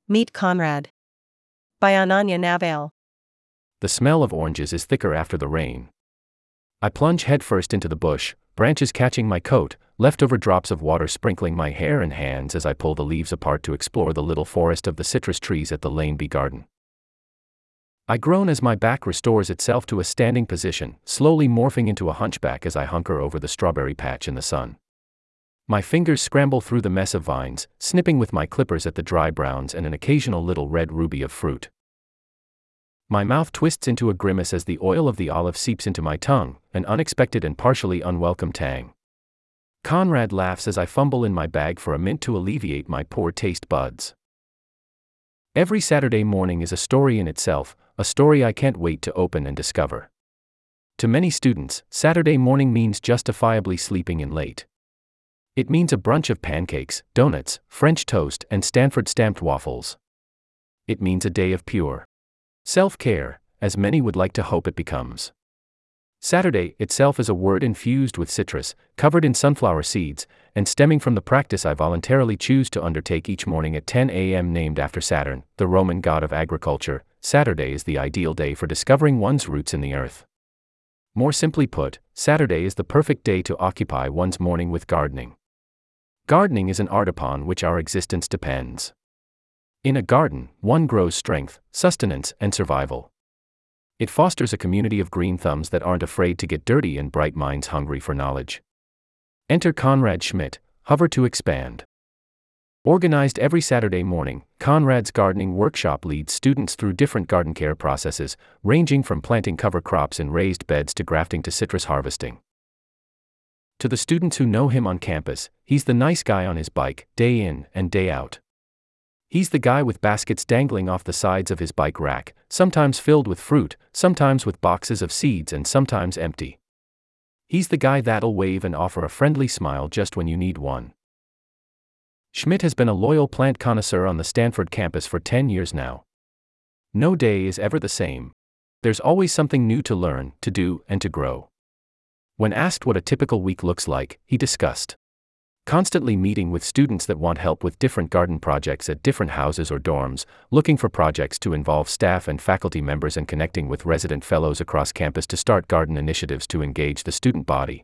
Meet Conrad. By Ananya Navail. The smell of oranges is thicker after the rain. I plunge headfirst into the bush, branches catching my coat, leftover drops of water sprinkling my hair and hands as I pull the leaves apart to explore the little forest of the citrus trees at the Lane B garden. I groan as my back restores itself to a standing position, slowly morphing into a hunchback as I hunker over the strawberry patch in the sun. My fingers scramble through the mess of vines, snipping with my clippers at the dry browns and an occasional little red ruby of fruit. My mouth twists into a grimace as the oil of the olive seeps into my tongue, an unexpected and partially unwelcome tang. Conrad laughs as I fumble in my bag for a mint to alleviate my poor taste buds. Every Saturday morning is a story in itself, a story I can't wait to open and discover. To many students, Saturday morning means justifiably sleeping in late. It means a brunch of pancakes, donuts, French toast, and Stanford stamped waffles. It means a day of pure self-care, as many would like to hope it becomes. Saturday itself is a word infused with citrus, covered in sunflower seeds, and stemming from the practice I voluntarily choose to undertake each morning at 10 a.m. named after Saturn, the Roman god of agriculture. Saturday is the ideal day for discovering one's roots in the earth. More simply put, Saturday is the perfect day to occupy one's morning with gardening. Gardening is an art upon which our existence depends. In a garden, one grows strength, sustenance, and survival. It fosters a community of green thumbs that aren't afraid to get dirty and bright minds hungry for knowledge. Enter Conrad Schmidt, Hover to Expand. Organized every Saturday morning, Conrad's gardening workshop leads students through different garden care processes, ranging from planting cover crops in raised beds to grafting to citrus harvesting. To the students who know him on campus, he's the nice guy on his bike, day in and day out. He's the guy with baskets dangling off the sides of his bike rack, sometimes filled with fruit, sometimes with boxes of seeds, and sometimes empty. He's the guy that'll wave and offer a friendly smile just when you need one. Schmidt has been a loyal plant connoisseur on the Stanford campus for 10 years now. No day is ever the same. There's always something new to learn, to do, and to grow. When asked what a typical week looks like, he discussed constantly meeting with students that want help with different garden projects at different houses or dorms, looking for projects to involve staff and faculty members, and connecting with resident fellows across campus to start garden initiatives to engage the student body.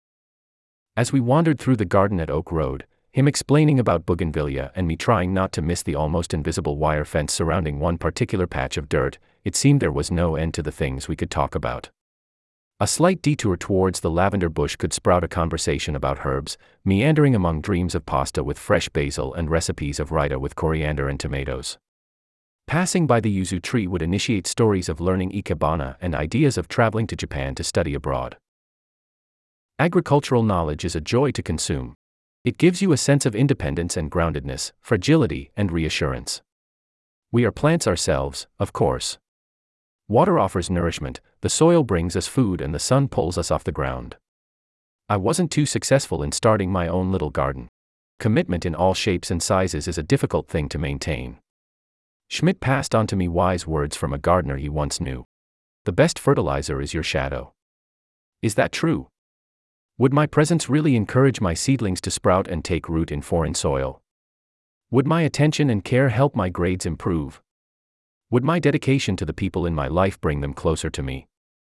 As we wandered through the garden at Oak Road, him explaining about bougainvillea and me trying not to miss the almost invisible wire fence surrounding one particular patch of dirt, it seemed there was no end to the things we could talk about. A slight detour towards the lavender bush could sprout a conversation about herbs, meandering among dreams of pasta with fresh basil and recipes of raita with coriander and tomatoes. Passing by the yuzu tree would initiate stories of learning ikebana and ideas of traveling to Japan to study abroad. Agricultural knowledge is a joy to consume. It gives you a sense of independence and groundedness, fragility and reassurance. We are plants ourselves, of course. Water offers nourishment, the soil brings us food, and the sun pulls us off the ground. I wasn't too successful in starting my own little garden. Commitment in all shapes and sizes is a difficult thing to maintain. Schmidt passed on to me wise words from a gardener he once knew. The best fertilizer is your shadow. Is that true? Would my presence really encourage my seedlings to sprout and take root in foreign soil? Would my attention and care help my grades improve? Would my dedication to the people in my life bring them closer to me?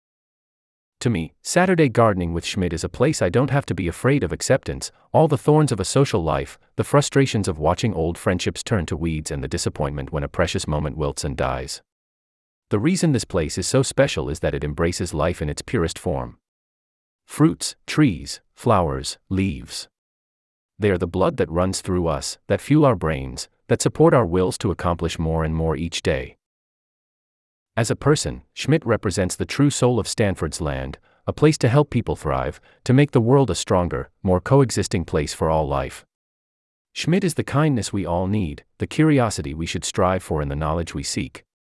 To me, Saturday gardening with Schmidt is a place I don't have to be afraid of acceptance, all the thorns of a social life, the frustrations of watching old friendships turn to weeds, and the disappointment when a precious moment wilts and dies. The reason this place is so special is that it embraces life in its purest form. Fruits, trees, flowers, leaves. They are the blood that runs through us, that fuel our brains, that support our wills to accomplish more and more each day. As a person, Schmidt represents the true soul of Stanford's land, a place to help people thrive, to make the world a stronger, more coexisting place for all life. Schmidt is the kindness we all need, the curiosity we should strive for, and the knowledge we seek.